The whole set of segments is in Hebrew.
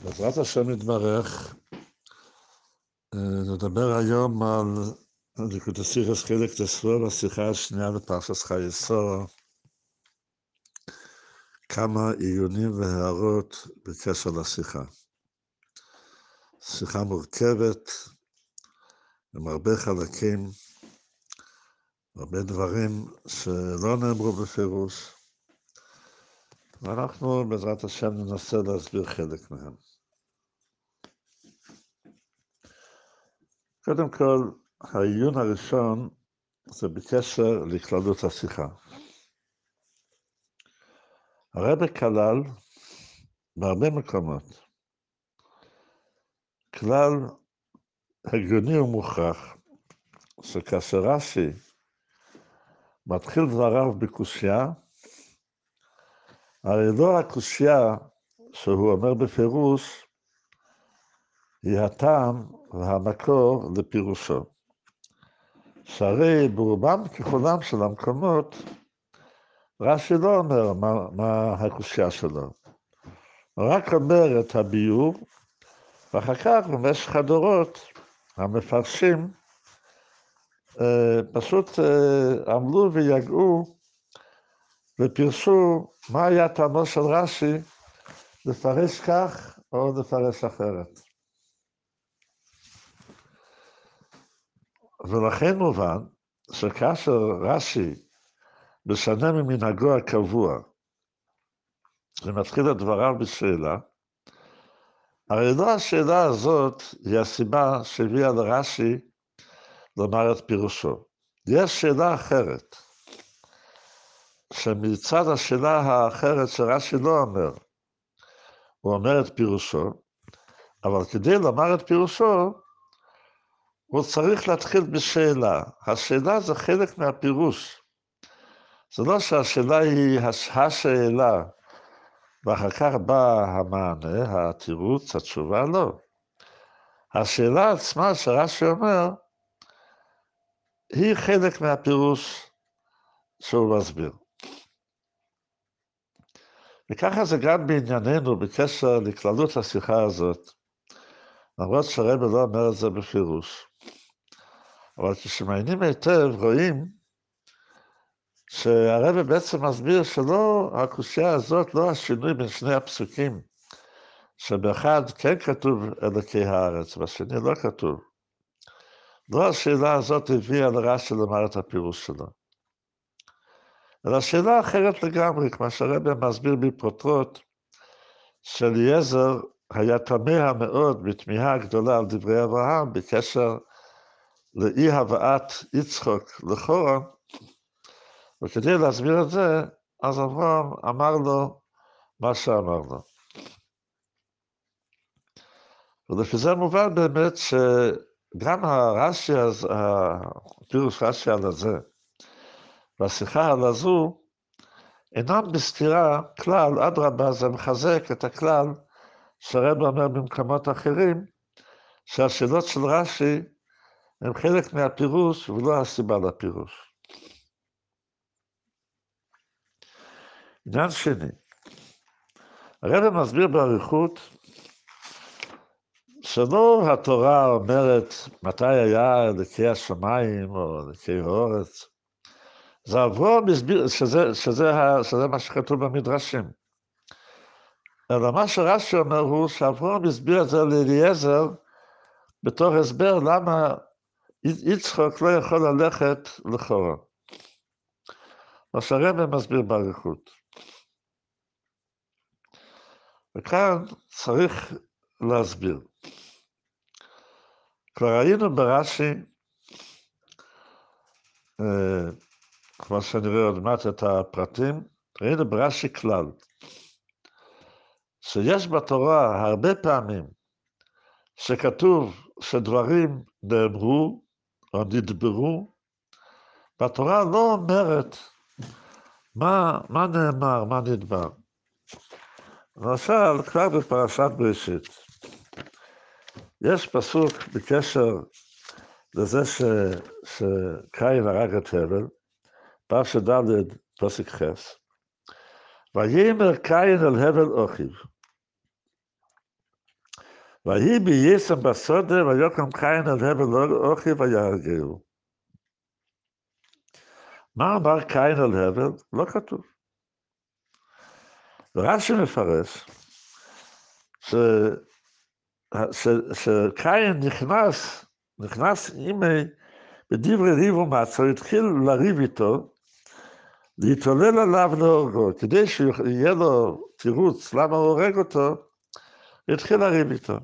בעזרת השם יתברך, נדבר היום על ליקוטי סיכס חלק ט"ו, בשיחה השנייה בפרשת חי-יסור, כמה עיונים והערות בקשר לשיחה. שיחה מורכבת, עם הרבה חלקים, הרבה דברים שלא נאמרו בפירוש, ואנחנו בעזרת השם ננסה להסביר חלק מהם. קודם כל, העיון הראשון זה בקשר לכללות השיחה. הרבי כלל בהרבה מקומות כלל הגיוני ומוכרח, שכאשר רש"י מתחיל דבריו בקושיה, הרי לא הקושיה שהוא אומר בפירוש היא הטעם והמקור לפירושו. שהרי ברובם ככולם של המקומות רש"י לא אומר מה הקושיה שלו, הוא רק אומר את הביור, ואחר כך במשך הדורות המפרשים פשוט עמלו ויגעו ופירשו מה היה טעמו של רש"י לפרש כך או לפרש אחרת. ולכן מובן שכאשר רש"י משנה ממנהגו הקבוע ומתחיל את דבריו בשאלה, הרי לא השאלה הזאת היא הסיבה שהביאה לרש"י לומר את פירושו. יש שאלה אחרת, שמצד השאלה האחרת שרש"י לא אומר, הוא אומר את פירושו, אבל כדי לומר את פירושו, הוא צריך להתחיל בשאלה. השאלה זה חלק מהפירוש. זה לא שהשאלה היא השאלה, ואחר כך בא המענה, התירוץ, התשובה, לא. השאלה עצמה שרש"י אומר, היא חלק מהפירוש שהוא מסביר. וככה זה גם בענייננו בקשר לכללות השיחה הזאת, למרות שהרבי לא אומר את זה בפירוש. אבל כשמעיינים היטב רואים שהרבי בעצם מסביר שלא, הקושיה הזאת, לא השינוי בין שני הפסוקים, שבאחד כן כתוב אלוקי הארץ, בשני לא כתוב. לא השאלה הזאת הביאה לרש"י לומר את הפירוש שלו. אלא שאלה אחרת לגמרי, כמו שהרבי מסביר בפרוטרוט, שאליעזר היה תמה מאוד בתמיהה גדולה על דברי אברהם בקשר לאי הבאת יצחק לחורן, וכדי להסביר את זה, אז אברהם אמר לו מה שאמר לו. ולפי זה מובן באמת שגם הרש"י, הפירוש רש"י על הזה, והשיחה על הזו, אינם בסתירה כלל, אדרבה, זה מחזק את הכלל שהרבי אומר במקומות אחרים, שהשאלות של רש"י הם חלק מהפירוש ולא הסיבה לפירוש. עניין שני, הרבי מסביר באריכות שלא התורה אומרת מתי היה אלוקי השמיים או אלוקי הארץ, זה אברהם מסביר, שזה מה שכתוב במדרשים. אלא מה שרש"י אומר הוא שאברהם הסביר את זה לאליעזר בתור הסבר למה יצחק לא יכול ללכת לחורן. מה שהרבי מסביר באריכות. וכאן צריך להסביר. כבר ראינו ברש"י, כמו שנראה עוד מעט את הפרטים, ראינו ברש"י כלל, שיש בתורה הרבה פעמים שכתוב שדברים נאמרו או נדברו, והתורה לא אומרת מה נאמר, מה נדבר. למשל, כבר בפרשת בראשית, יש פסוק בקשר לזה שקין הרג את הבל, פרשת ד' פסוק ח', ויאמר קין אל הבל אחיו. ויהי בייסם בסודה, ויקום קין אל הבל אוכי ויהרגהו. מה אמר קין אל הבל? לא כתוב. רש"י מפרש שקין נכנס אימי בדברי ריב ומצו, התחיל לריב איתו, להתעולל עליו להורגו, כדי שיהיה לו תירוץ למה הוא הורג אותו, התחיל לריב איתו.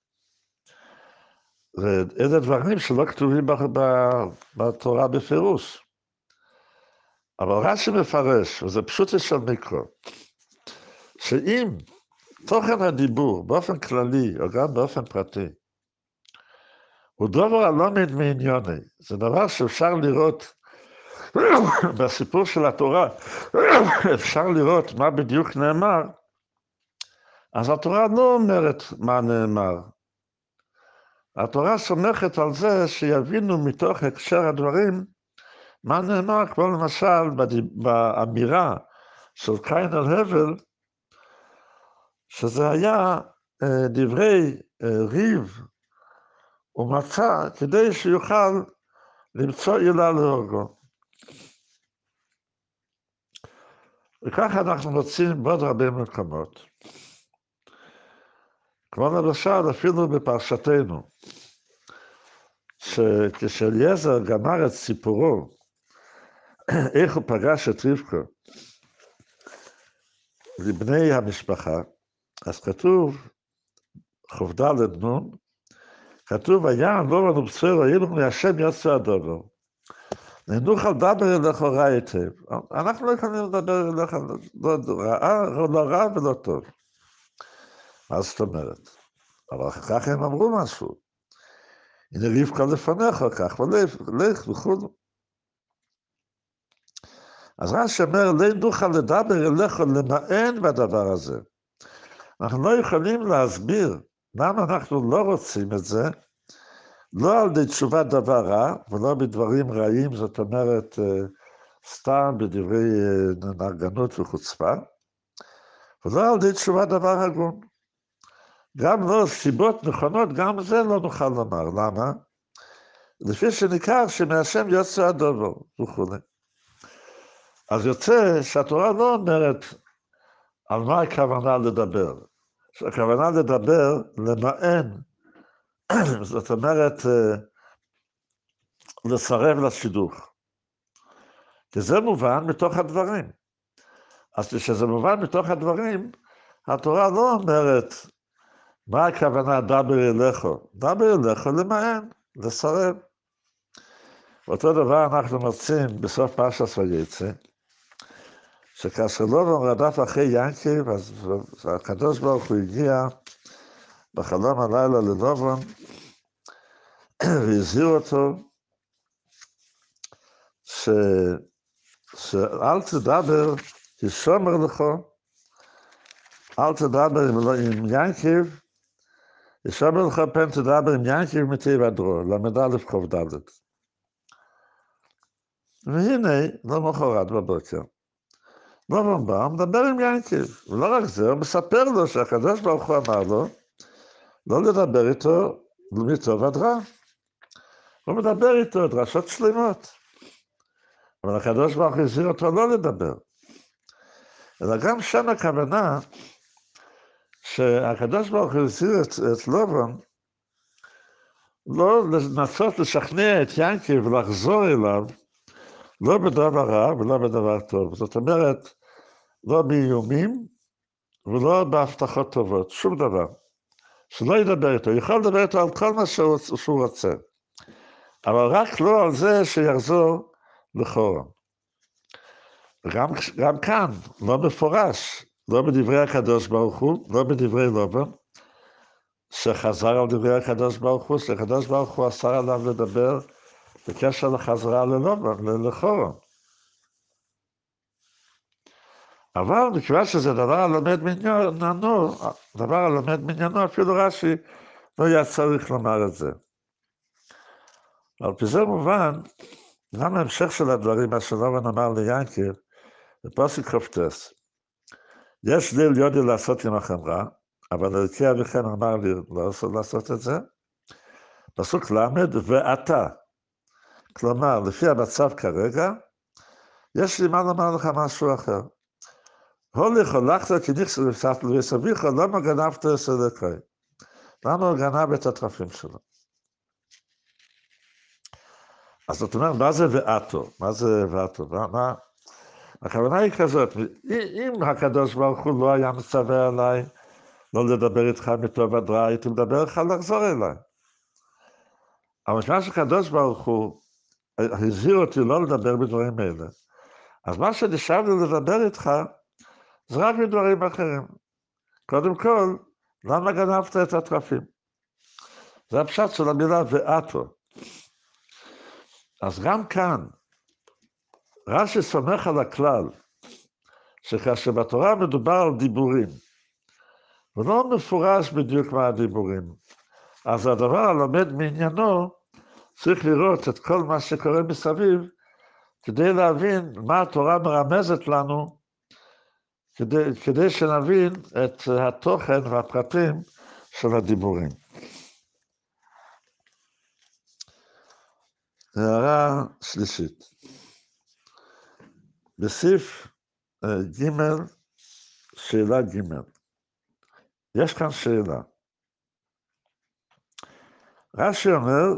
ואלה דברים שלא כתובים בתורה בפירוש. אבל רש"י מפרש, וזה פשוט של מיקרו, שאם תוכן הדיבור באופן כללי, או גם באופן פרטי, הוא דבר הלומד מעניוני, זה דבר שאפשר לראות בסיפור של התורה, אפשר לראות מה בדיוק נאמר, אז התורה לא אומרת מה נאמר. התורה סומכת על זה שיבינו מתוך הקשר הדברים מה נאמר, כמו למשל באמירה של קין אל הבל, שזה היה דברי ריב ומצה, כדי שיוכל למצוא עילה להורגו. וככה אנחנו מוצאים בעוד הרבה מקומות. כמו למשל, אפילו בפרשתנו, שכשאליעזר גמר את סיפורו, איך הוא פגש את רבקה לבני המשפחה, אז כתוב, ח"ד נ', כתוב, ויען לובן ובשרו אילו מהשם יוצא הדבר. נוכל לדבר אליך רע היטב. אנחנו לא יכולים לדבר אליך לא רע ולא טוב. מה זאת אומרת? אבל אחר כך הם אמרו משהו. הנה רבקה לפניך כך, ולך וכו'. אז רש"י אומר, לא נוכל לדבר אליך למען בדבר הזה. אנחנו לא יכולים להסביר למה אנחנו לא רוצים את זה, לא על ידי תשובת דבר רע, ולא בדברים רעים, זאת אומרת, סתם בדברי נרגנות וחוצפה, ולא על ידי תשובת דבר הגון. גם לא סיבות נכונות, גם זה לא נוכל לומר. למה? לפי שניכר שמהשם יוצא הדבר, וכו'. אז יוצא שהתורה לא אומרת על מה הכוונה לדבר. הכוונה לדבר למען, זאת אומרת, לסרב לשידוך. כי זה מובן מתוך הדברים. אז כשזה מובן מתוך הדברים, התורה לא אומרת מה הכוונה דבר אליך. דבר אליך למען, לסרב. אותו דבר אנחנו מוצאים בסוף פרשת ויצא, שכאשר לובן רדף אחרי ינקב, אז הקדוש ברוך הוא הגיע בחלום הלילה ללובן, והזהיר אותו שאל תדבר, ישומר לך, אל תדבר עם ינקב, ישומר לך פן תדבר עם ינקב מטבע דרו, ל"א כ"ד. והנה, למחרת בבוקר, לובן בא, מדבר עם ינקב, ולא רק זה, הוא מספר לו שהקדוש ברוך הוא אמר לו, לא לדבר איתו מטוב עד רע. הוא מדבר איתו דרשות שלמות. אבל הקדוש ברוך הוא הזהיר אותו לא לדבר. אלא גם שם הכוונה שהקדוש ברוך הוא הזהיר את לובן לא לנסות לשכנע את ינקב ולחזור אליו, לא בדבר רע ולא בדבר טוב. זאת אומרת, לא באיומים ולא בהבטחות טובות, שום דבר. שלא ידבר איתו, יכול לדבר איתו על כל מה שהוא רוצה. אבל רק לא על זה שיחזור לחורן. גם כאן, לא מפורש, לא בדברי הקדוש ברוך הוא, לא בדברי לובן, שחזר על דברי הקדוש ברוך הוא, שהקדוש ברוך הוא אסר עליו לדבר בקשר לחזרה ללובן, לחורן. אבל מכיוון שזה דבר הלומד מעניינו, אפילו רש"י לא היה צריך לומר את זה. על פי זה מובן, גם ההמשך של הדברים, מה שלובן אמר ליינקב, בפסוק כ"ט, יש ליל יודי לעשות עמכם רע, אבל אלוקי אביכם אמר לי לא לעשות את זה. פסוק למד, ואתה. כלומר, לפי המצב כרגע, יש לי מה לומר לך משהו אחר. הוליך הולכת כניכס לסביך, למה גנבת את אלוקי? למה הוא גנב את התרפים שלו? אז זאת אומרת, מה זה ואתו? מה זה ואתו? מה? הכוונה היא כזאת, אם הקדוש ברוך הוא לא היה מצווה עליי לא לדבר איתך מטוב עד רע, הייתי מדבר לך לחזור אליי. אבל מה שקדוש ברוך הוא הזהיר אותי לא לדבר בדברים אלה, אז מה שנשאר לי לדבר איתך זה רק בדברים אחרים. קודם כל, למה גנבת את התרפים? זה הפשט של המילה ואתו. אז גם כאן, רש"י סומך על הכלל, שכאשר בתורה מדובר על דיבורים, ולא מפורש בדיוק מה הדיבורים, אז הדבר הלומד מעניינו צריך לראות את כל מה שקורה מסביב, כדי להבין מה התורה מרמזת לנו, כדי שנבין את התוכן והפרטים של הדיבורים. הערה שלישית. בסעיף ג' שאלה ג'. יש כאן שאלה. רש"י אומר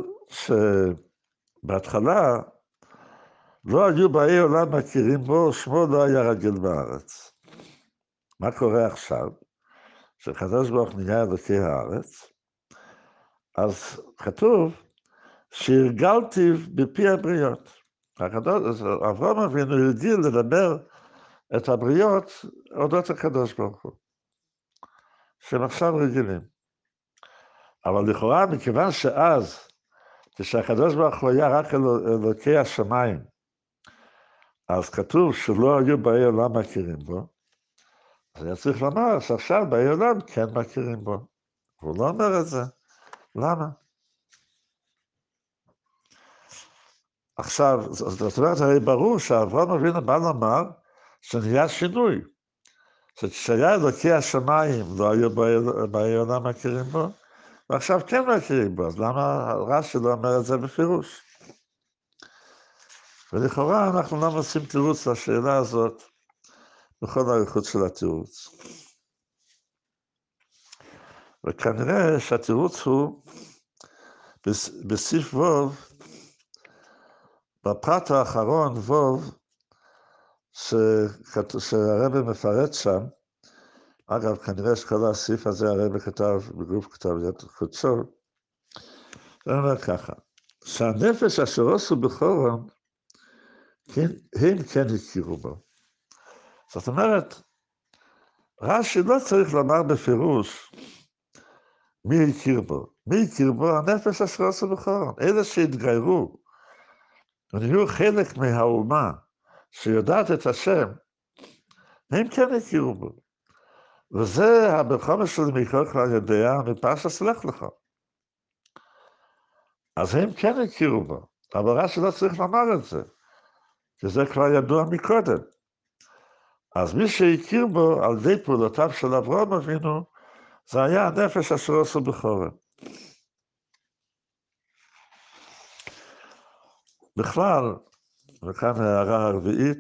שבהתחלה לא היו באי עולם מכירים בו, שמו לא היה רגיל בארץ. מה קורה עכשיו? שקדוש ברוך נהיה אלוקי הארץ, אז כתוב שהרגלתי בפי הבריות. אברהם אבינו הרגיל לדבר את הבריות אודות הקדוש ברוך הוא, שהם עכשיו רגילים. אבל לכאורה, מכיוון שאז, כשהקדוש ברוך הוא היה רק אלוקי השמיים, אז כתוב שלא היו באי עולם מכירים בו, אז היה צריך לומר שעכשיו באי עולם כן מכירים בו. הוא לא אומר את זה. למה? עכשיו, זאת אומרת, הרי ברור שאברהם אבינו בא לומר שנהיה שינוי. שכשהיה אלוקי השמיים לא היו באי עולם מכירים בו, ועכשיו כן מכירים בו, אז למה רש"י לא אומר את זה בפירוש? ולכאורה אנחנו לא מוצאים תירוץ לשאלה הזאת בכל האריכות של התירוץ. וכנראה שהתירוץ הוא בסעיף ו', בפרט האחרון ו', שהרבי מפרט שם. אגב, כנראה שכל הסעיף הזה הרבי כתב בגוף כתב יד קודשו. זה אומר ככה, שהנפש אשר עשו בחורון, הם כן הכירו בו. זאת אומרת, רש"י לא צריך לומר בפירוש מי הכיר בו. מי הכיר בו? הנפש אשר עשו בחורון. אלה שהתגיירו, ונהיו חלק מהאומה שיודעת את השם, הם כן הכירו בו. וזה הבחומש של מכל כלל יודע מפרשת לך לך. אז הם כן הכירו בו, אבל רש"י לא צריך לומר את זה, כי זה כבר ידוע מקודם. אז מי שהכיר בו על ידי פעולותיו של אברהם אבינו, זה היה הנפש אשר עשו בחורן. בכלל, וכאן הערה הרביעית,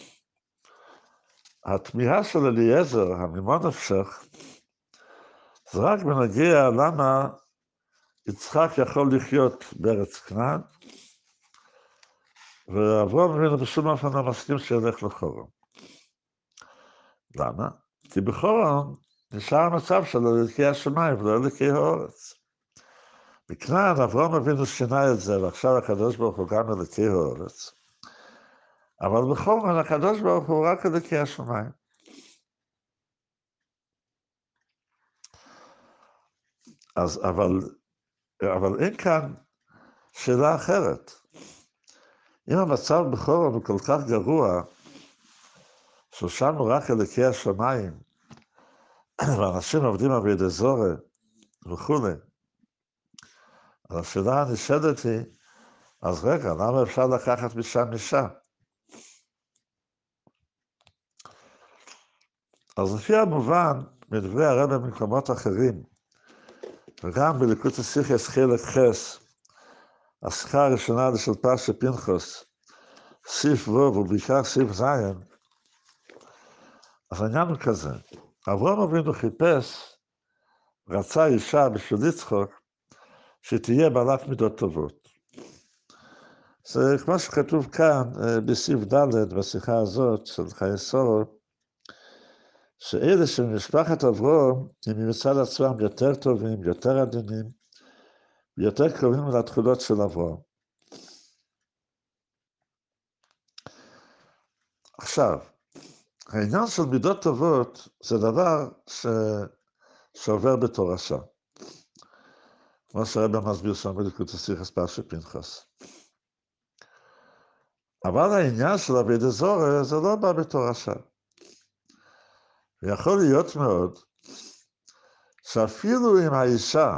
התמיהה של אליעזר, ממה נפשך, זה רק בנגיע למה יצחק יכול לחיות בארץ כנען, ואברהם אבינו בשום אופן לא מסכים שילך לחורן. למה? כי בחורן נשאר המצב של אלוקי השמיים ולא אלוקי הארץ. בכנען אברהם אבינו שינה את זה, ועכשיו הקדוש ברוך הוא גם אלוקי הארץ. אבל בחורן הקדוש ברוך הוא רק אלוקי השמיים. אבל אין כאן שאלה אחרת. אם המצב בחורן הוא כל כך גרוע, ששם הוא רק אלוקי השמיים, ואנשים עובדים עבודת זרה וכו', אז השאלה הנשאלת היא, אז רגע, למה אפשר לקחת משם אישה? אז לפי המובן, מדברי הרב במקומות אחרים, וגם בליקוטי סיכס חלק חס, השיחה הראשונה של פרשת פנחס, סעיף ו' ובעיקר סעיף ז', אז העניין הוא כזה, אברהם אבינו חיפש, רצה אישה בשביל יצחק, שתהיה בעלת מידות טובות. זה כמו שכתוב כאן בסעיף ד' בשיחה הזאת של חיי שרה, שאלה של משפחת אברהם הם מצד עצמם יותר טובים, יותר עדינים, ויותר קרובים לתכונות של אברהם. עכשיו, העניין של מידות טובות זה דבר שעובר בתורשה. כמו שהרבא מסביר שם בליקוטי סיכס פרשת פנחס. אבל העניין של עבודת זרה זה לא בא בתורשה. ויכול להיות מאוד שאפילו אם האישה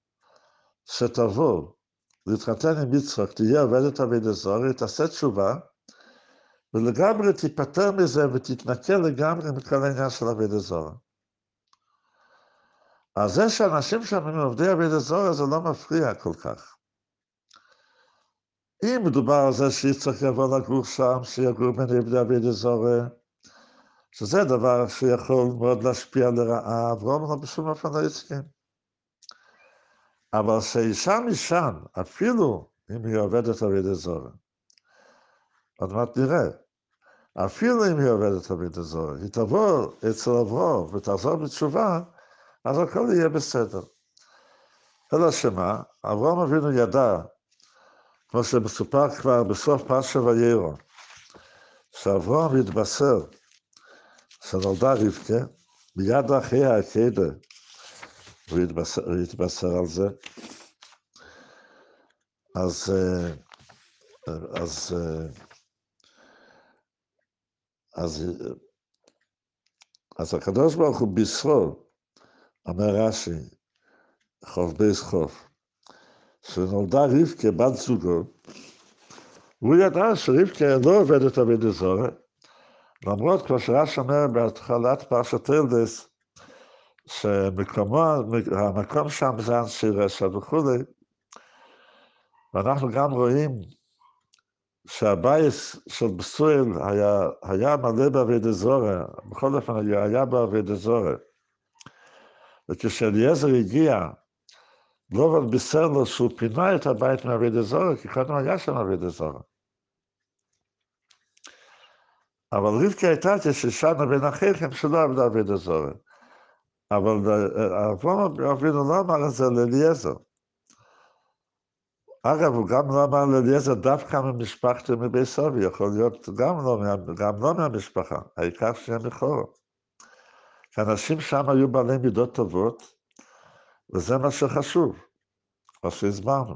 שתבוא להתחתן עם יצחק תהיה עובדת עבודת זרה, היא תעשה תשובה, ולגמרי תיפטר מזה ותתנקה לגמרי מכל העניין של עבודת זרה. אז זה שאנשים שם הם עובדי עבודת זרה זה לא מפריע כל כך. אם מדובר על זה שיצחק יבוא לגור שם, שיגור בין עבדי עבודת זרה, שזה דבר שיכול מאוד להשפיע לרעה, אברהם לא בשום אופן לא הסכים. אבל שאישה משם, אפילו אם היא עובדת עבודת זרה, עוד מעט נראה, אפילו אם היא עובדת עבודת זרה, היא תבוא אצל אברהם ותחזור בתשובה, אז הכל יהיה בסדר. אלא שמה, אברהם אבינו ידע, כמו שמסופר כבר בסוף פרשת וירא, שאברהם התבשר שנולדה רבקה, מיד אחרי העקדה, הוא התבשר על זה. אז הקדוש ברוך הוא בישרו, אומר רש"י, חוף בייס חוף, שנולדה רבקה בת זוגו, הוא ידע שרבקה לא עובדת עבודת זרה, למרות כמו שרש"י אומר בהתחלת פרשת תולדות, שהמקום שם זה אנשי רשע וכולי, ואנחנו גם רואים שהבית של בסואל היה מלא בעבודת זרה, בכל אופן היה בעבודת זרה. וכשאליעזר הגיע, לובן בישר לו שהוא פינה את הבית מעבודת זרה, כי קודם היה שם עבודת זרה. אבל רבקה הייתה כששנה בין אחיכם שלא עבדה עבודת זרה. אבל אברהם אבינו לא אמר את זה לאליעזר. אגב, הוא גם לא אמר לאליעזר דווקא ממשפחתו מבית סבי, יכול להיות גם לא מהמשפחה, העיקר שיהיה מכורו. כי אנשים שם היו בעלי מידות טובות, וזה מה שחשוב, מה שהסברנו.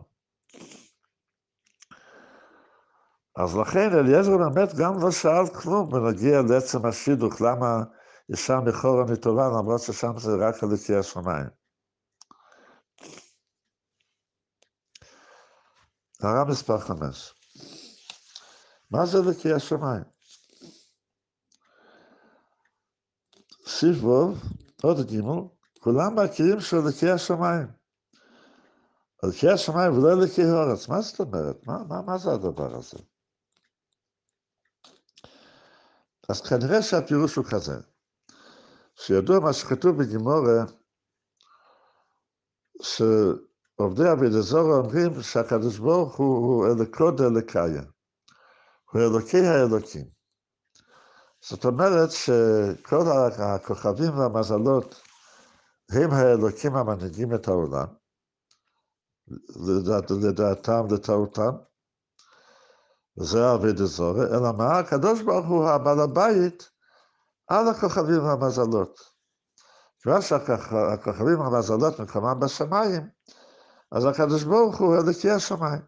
אז לכן אליעזר באמת גם לא שאל כלום ונגיע לעצם השידוך, למה אישה מכורה מטובה, למרות ששם זה רק אלוקי השמיים. הערה מספר 5. מה זה אלוקי השמיים? סעיף ו' עוד ג' כולם מכירים שאלוקי השמיים. אלוקי השמיים ולא אלוקי הארץ. מה זאת אומרת? מה זה הדבר הזה? אז כנראה שהפירוש הוא כזה, שידוע מה שכתוב בגימורה, שעובדי עבודת זרה אומרים שהקדוש ברוך הוא אלוקו דאלוקיה, הוא אלוקי האלוקים. זאת אומרת שכל הכוכבים והמזלות הם האלוקים המנהיגים את העולם, לדעתם, לטעותם, וזה עבודת זרה, אלא מה? הקדוש ברוך הוא הבעל הבית על הכוכבים והמזלות. כיוון שהכוכבים והמזלות מקומם בשמיים, אז הקדוש ברוך הוא אלוקי השמיים.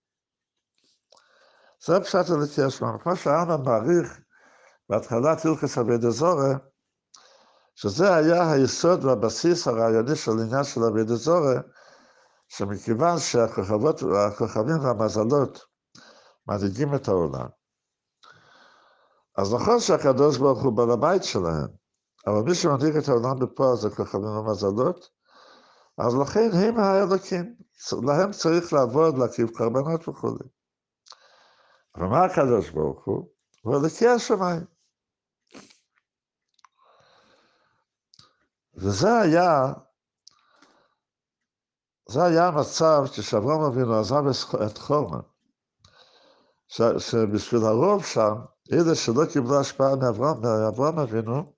זה פשט אלוקי השמיים. כמו שהרמב"ם מעריך בהתחלת הלכות עבודת זרה, שזה היה היסוד והבסיס הרעיוני של עניין של עבודת זרה, שמכיוון שהכוכבים והמזלות מנהיגים את העולם, אז נכון שהקדוש ברוך הוא בעל הבית שלהם, אבל מי שמנהיג את העולם בפועל זה כוכבים ומזלות, אז לכן הם האלוקים, להם צריך לעבוד, להקריב קורבנות וכו'. ומה הקדוש ברוך הוא? הוא אלוקי השמיים. וזה היה המצב כשאברהם אבינו עזב את חורמה, שבשביל הרוב שם, אלה שלא קיבלו השפעה מאברהם אבינו,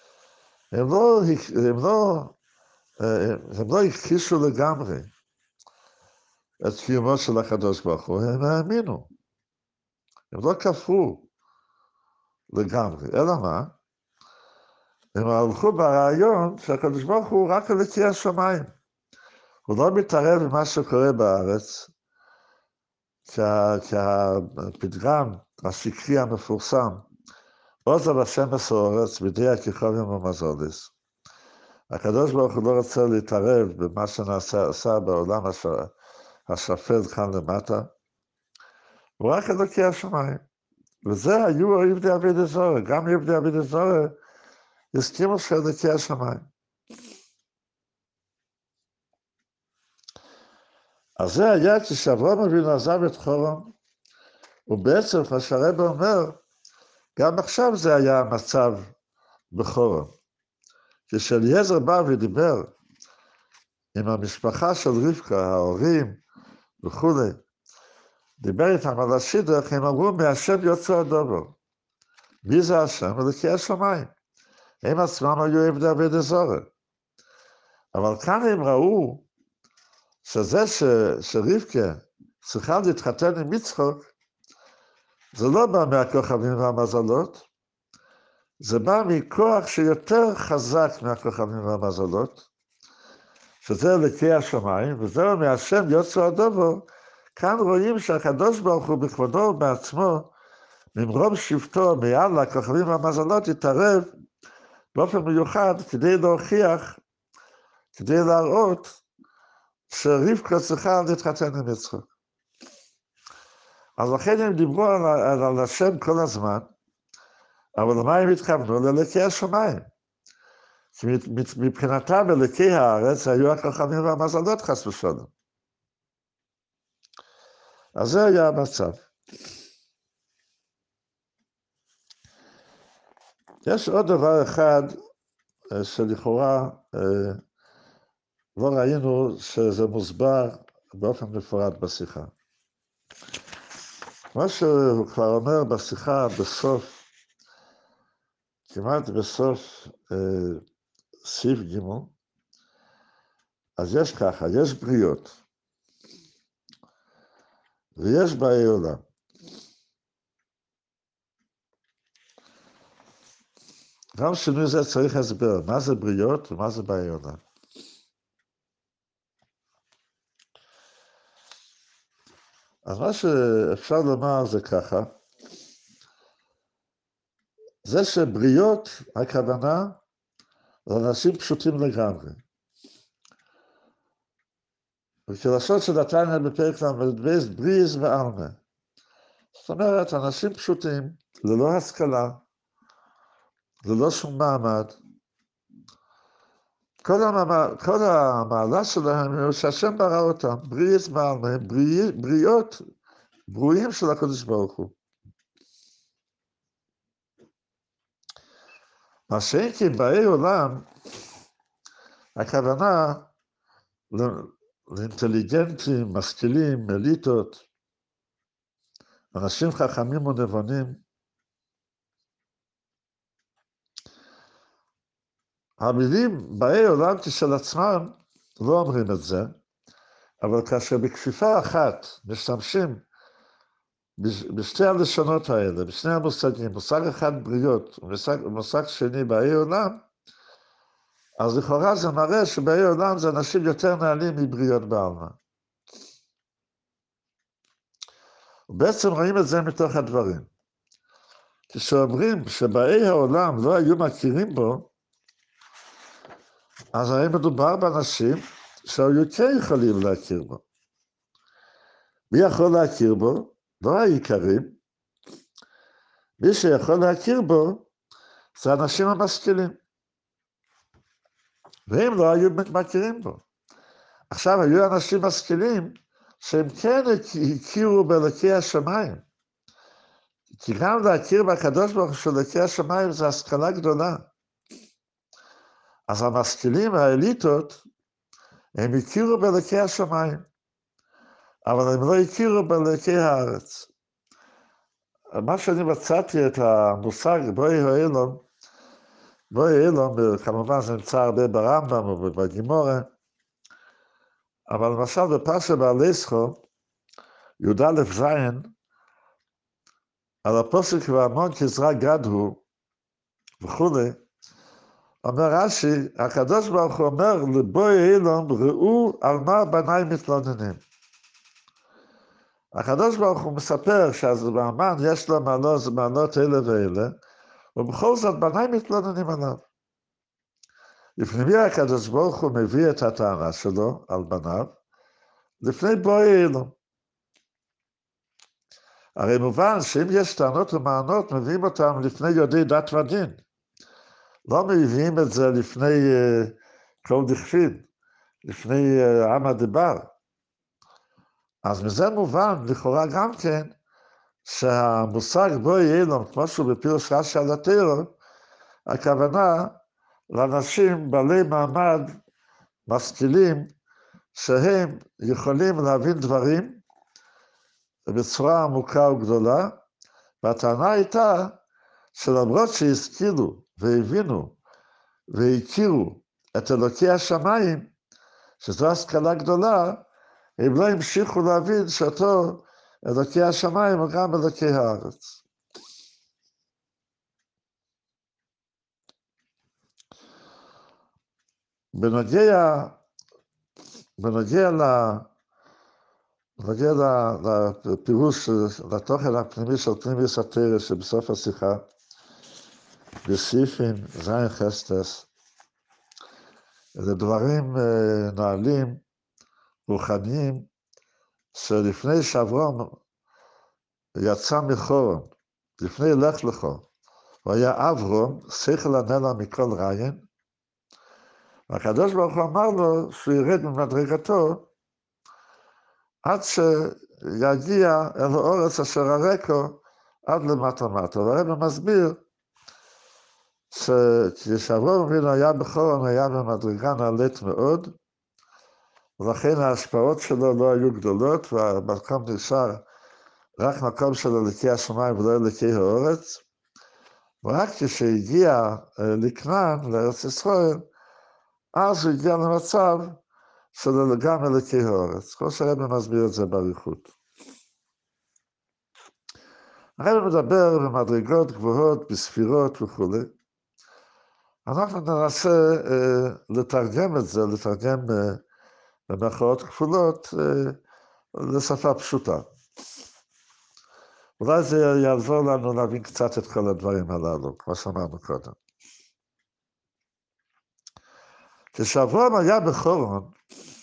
הם לא הכחישו לגמרי את קיומו של הקדוש ברוך הוא, הם האמינו. הם לא כפרו לגמרי, אלא מה? הם הלכו ברעיון שהקדוש ברוך הוא רק אלוקי השמיים. הוא לא מתערב במה שקורה בארץ, כהפתגם השקרי המפורסם, עוזב השם בארץ בידי הכוכבים ומזולת. הקדוש ברוך הוא לא רוצה להתערב במה שנעשה בעולם השפל כאן למטה, הוא רק אלוקי השמיים. וזה היו עבדי עבודת זרה, גם עבדי עבודת זרה הסכימו שאלוקי השמיים. אז זה היה כשאברהם אבינו עזב את חורם, ובעצם כמו שהרב אומר, גם עכשיו זה היה המצב בחורם. כשאליעזר בא ודיבר עם המשפחה של רבקה, ההורים וכו', דיבר איתם על השידוך, הם אמרו, מהשם יוצא הדבר. מי זה השם? אלוקי השמיים. הם עצמם היו עבדי עבודת זרה. אבל כאן הם ראו שזה שרבקה צריכה להתחתן עם יצחק, זה לא בא מהכוכבים והמזלות, זה בא מכוח שיותר חזק מהכוכבים והמזלות, שזה אלוקי השמיים, וזהו מהשם יוצא הדבר. כאן רואים שהקדוש ברוך הוא בכבודו ובעצמו, ממרום שבטו מעל הכוכבים והמזלות, התערב באופן מיוחד כדי להוכיח, כדי להראות שרבקה צריכה להתחתן עם יצחק. אז לכן הם דיברו על השם כל הזמן, אבל למה הם התכוונו? לאלוקי השמיים. כי מבחינתם אלוקי הארץ היו הכוכבים והמזלות חס ושלום. אז זה היה המצב. יש עוד דבר אחד שלכאורה לא ראינו שזה מוסבר באופן מפורט בשיחה. מה שהוא כבר אומר בשיחה בסוף, כמעט בסוף סעיף ג', אז יש ככה, יש בריות, ויש באי עולם. גם שינוי זה צריך הסבר, מה זה בריות ומה זה באי עולם. אז מה שאפשר לומר זה ככה, זה שבריות, הכוונה, לאנשים פשוטים לגמרי. וכלשון שנתניה בפרק ל"ב, בריז ועלמא. זאת אומרת, אנשים פשוטים, ללא השכלה, ללא שום מעמד. כל המעלה שלהם הוא שהשם ברא אותם, בריז ועלמא, בריות, ברואים של הקדוש ברוך הוא. מה שאין כי באי עולם, הכוונה לאינטליגנטים, משכילים, אליטות, אנשים חכמים ונבונים. המילים באי עולם כשל עצמם לא אומרים את זה, אבל כאשר בכפיפה אחת משתמשים בשתי הלשונות האלה, בשני המושגים, מושג אחד בריות ומושג שני באי עולם, אז לכאורה זה מראה שבאי עולם זה אנשים יותר נעלים מבריות בעלמא. ובעצם רואים את זה מתוך הדברים. כשאומרים שבאי העולם לא היו מכירים בו, אז הרי מדובר באנשים שהיו כן יכולים להכיר בו. מי יכול להכיר בו? לא העיקרים. מי שיכול להכיר בו זה האנשים המשכילים. והם לא היו מכירים בו. עכשיו היו אנשים משכילים שהם כן הכירו באלוקי השמיים. כי גם להכיר בקדוש ברוך הוא של אלוקי השמיים זה השכלה גדולה. אז המשכילים והאליטות, הם הכירו באלוקי השמיים, אבל הם לא הכירו באלוקי הארץ. מה שאני מצאתי את המושג בואי אילום, כמובן זה נמצא הרבה ברמב"ם ובגימורה, אבל למשל בפרשת בעלייסחו, י"א ז', על הפוסק והמון כזרע גד הוא וכולי, אומר רש"י, הקדוש ברוך הוא אומר לבואי אילום, ראו על מה בניי מתלוננים. הקדוש ברוך הוא מספר שהמן יש לו מעלות אלה ואלה, ובכל זאת בניי מתלוננים עליו. לפני מי הקדוש ברוך הוא מביא את הטענה שלו על בניו? לפני בואי אילום. הרי מובן שאם יש טענות ומענות, מביאים אותם לפני יודעי דת ודין. לא מביאים את זה לפני כל דכפין, לפני עם הדיבר. אז מזה מובן, לכאורה גם כן, שהמושג בואי אילום, כמו שהוא בפירוש רש"י על התורה, הכוונה לאנשים בעלי מעמד משכילים, שהם יכולים להבין דברים בצורה עמוקה וגדולה, והטענה הייתה שלמרות שהשכילו והבינו והכירו את אלוקי השמיים, שזו השכלה גדולה, הם לא המשיכו להבין שאותו אלוקי השמיים הוא גם אלוקי הארץ. בנוגע לפירוש, לתוכן הפנימי של פנימיוס התורה שבסוף השיחה, בסעיפים זין חסטס, זה דברים נעלים, רוחניים, שלפני שאברהם יצא מחורון, לפני לך לך, הוא היה אברהם, שכל הנעלם מכל ריין, והקדוש ברוך הוא אמר לו שהוא ירד ממדרגתו, עד שיגיע אל האורץ אשר הרקו עד למטה מטה. והרב מסביר שכשאברהם אבינו היה בחורון, היה במדרגה נעלית מאוד, ולכן ההשפעות שלו לא היו גדולות, והמקום נשאר רק מקום של אלוקי השמיים ולא אלוקי האורץ, ורק כשהגיע לכנען, לארץ ישראל, אז הוא הגיע למצב של גם אלוקי האורץ, כמו שהרב מסביר את זה באריכות. הרב מדבר במדרגות גבוהות, בספירות וכו'. אנחנו ננסה לתרגם את זה, לתרגם במרכאות כפולות, לשפה פשוטה. אולי זה יעזור לנו להבין קצת את כל הדברים הללו, כמו שאמרנו קודם. כשאברהם היה בחורון,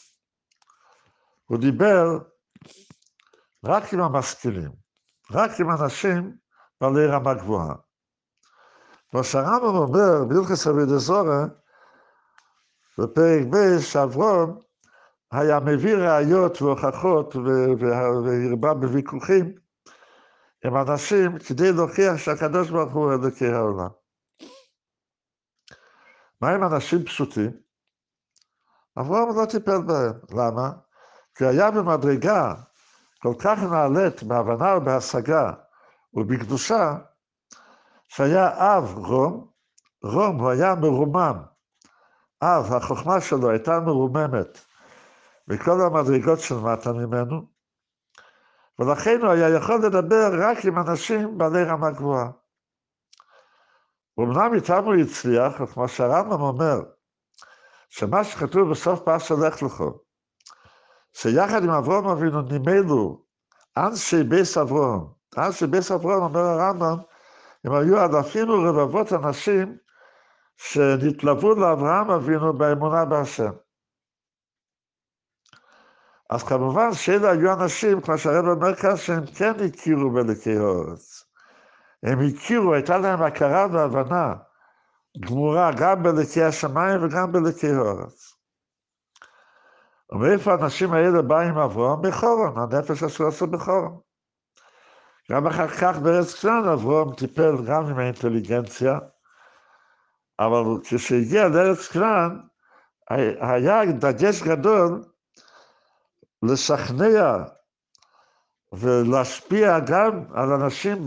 הוא דיבר רק עם המשכילים, רק עם אנשים בעלי רמה גבוהה. כמו שהרמב"ם אומר, בהלכות אביידע זרה, בפרק ב', שאברהם היה מביא ראיות והוכחות והרבה בוויכוחים עם אנשים כדי להוכיח שהקדוש ברוך הוא אלוקי העולם. מה עם אנשים פשוטים? אברהם לא טיפל בהם. למה? כי היה במדרגה כל כך נעלית בהבנה ובהשגה ובקדושה, שהיה אב רום הוא היה מרומם. אב, החוכמה שלו הייתה מרוממת בכל המדרגות של מטה ממנו, ולכן הוא היה יכול לדבר רק עם אנשים בעלי רמה גבוהה. ואומנם איתם הוא הצליח, כמו שהרמב"ם אומר, שמה שכתוב בסוף פרשת לך לך, שיחד עם אברהם אבינו נימלו אנשי בית אברהם. אנשי בית אברהם, אומר הרמב"ם, הם היו אלפים ורבבות אנשים שנתלוו לאברהם אבינו באמונה בהשם. אז כמובן שאלה היו אנשים, כמו שהרב אומר כאן, שהם כן הכירו באלוקי הארץ. הם הכירו, הייתה להם הכרה והבנה גמורה גם בליקי השמיים וגם בליקי הארץ. ומאיפה האנשים האלה באים אברהם? מחורון, הנפש אשר עשו בחורון. גם אחר כך בארץ כנען אברהם טיפל גם עם האינטליגנציה, אבל כשהגיע לארץ כנען, היה דגש גדול לשכנע ולהשפיע גם על אנשים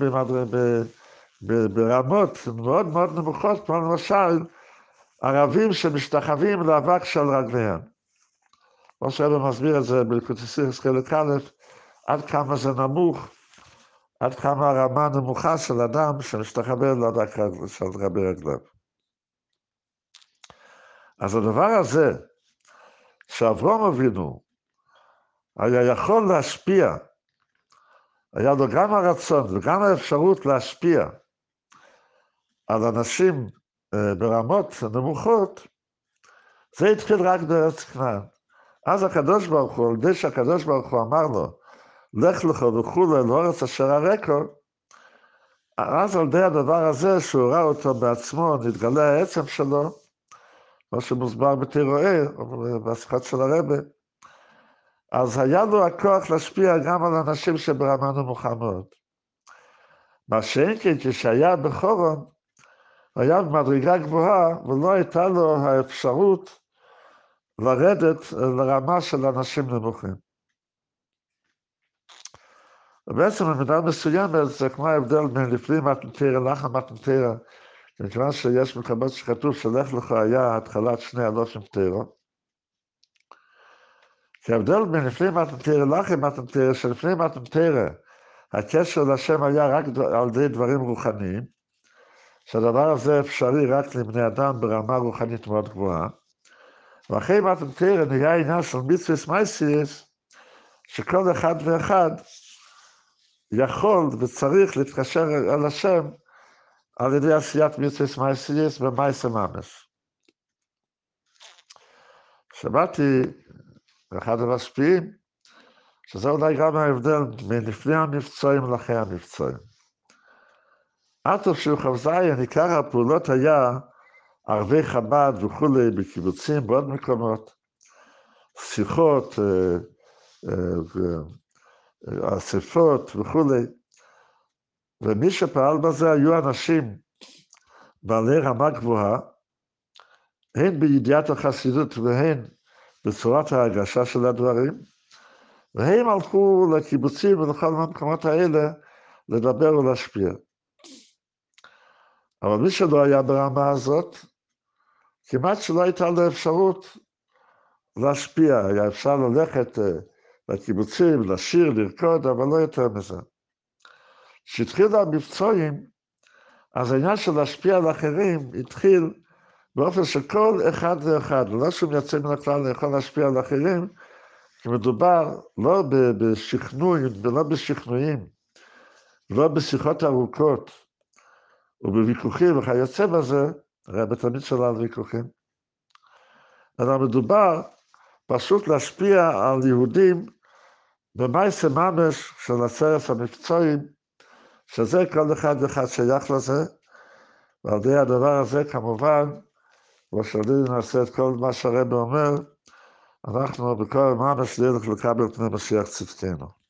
ברמות מאוד מאוד נמוכות, כמו למשל ערבים שמשתחווים לאבק של רגליהם. כמו שהרב מסביר את זה בליקוטי שיחות חלק א', עד כמה זה נמוך, עד כמה הרמה נמוכה של אדם שמשתחווה לאבק של רגליו. אז הדבר הזה, שאברהם אבינו היה יכול להשפיע, היה לו גם הרצון וגם האפשרות להשפיע על אנשים ברמות נמוכות, זה התחיל רק בארץ כנען. אז הקדוש ברוך הוא, על ידי שהקדוש ברוך הוא אמר לו, לך לך וכולי לארץ אשר אראך, אז על ידי הדבר הזה שהוא ראה אותו בעצמו, נתגלה העצם שלו, כמו שמוסבר בתירואי, בשיחות של הרבה, אז היה לו הכוח להשפיע גם על אנשים שברמה נמוכה מאוד. מה שאין כן כשהיה בחורון, היה במדרגה גבוהה, ולא הייתה לו האפשרות לרדת לרמה של אנשים נמוכים. ובעצם במידה מסוימת זה כמו ההבדל בין לפנים מתנתרא לאחר מתנתרא, מכיוון שיש מקומות שכתוב שלך לך היה התחלת שני אלופים תרא. כי ההבדל בין לפנים מתנתרא לאחר מתנתרא, שלפנים מתנתרא הקשר להשם היה רק על ידי דברים רוחניים, שהדבר הזה אפשרי רק לבני אדם ברמה רוחנית מאוד גבוהה, ואחרי מתנתרא נהיה עניין של מצוות מעשיות, שכל אחד ואחד יכול וצריך להתקשר אל השם על ידי עשיית מצוות מעשיות במעשה ממש. שמעתי מאחד המשפיעים, שזה אולי גם ההבדל בין לפני המבצעים לאחרי המבצעים. עטוף שהוא חבזיין, עיקר הפעולות היה ערבי חב"ד וכולי בקיבוצים בעוד מקומות, שיחות, אספות וכולי, ומי שפעל בזה היו אנשים בעלי רמה גבוהה, הן בידיעת החסידות והן בצורת ההרגשה של הדברים, והם הלכו לקיבוצים ולכל המקומות האלה לדבר ולהשפיע. אבל מי שלא היה ברמה הזאת, כמעט שלא הייתה לו אפשרות להשפיע, היה אפשר ללכת לקיבוצים, לשיר, לרקוד, אבל לא יותר מזה. כשהתחילו המבצעים, אז העניין של להשפיע על אחרים התחיל באופן שכל אחד ואחד, ולא שום יוצא מן הכלל יכול להשפיע על אחרים, כי מדובר לא בשכנועים ולא בשכנועים, לא בשיחות ארוכות ובוויכוחים וכיוצא בזה, הרי בתמיד שלה על ויכוחים, אלא מדובר פשוט להשפיע על יהודים במעשה ממש של 10 המקצועים, שזה כל אחד ואחד שייך לזה, ועל ידי הדבר הזה כמובן, ושאלי נעשה את כל מה שהרב אומר, אנחנו בכל ממש נלך לקבל פני משיח צדקנו.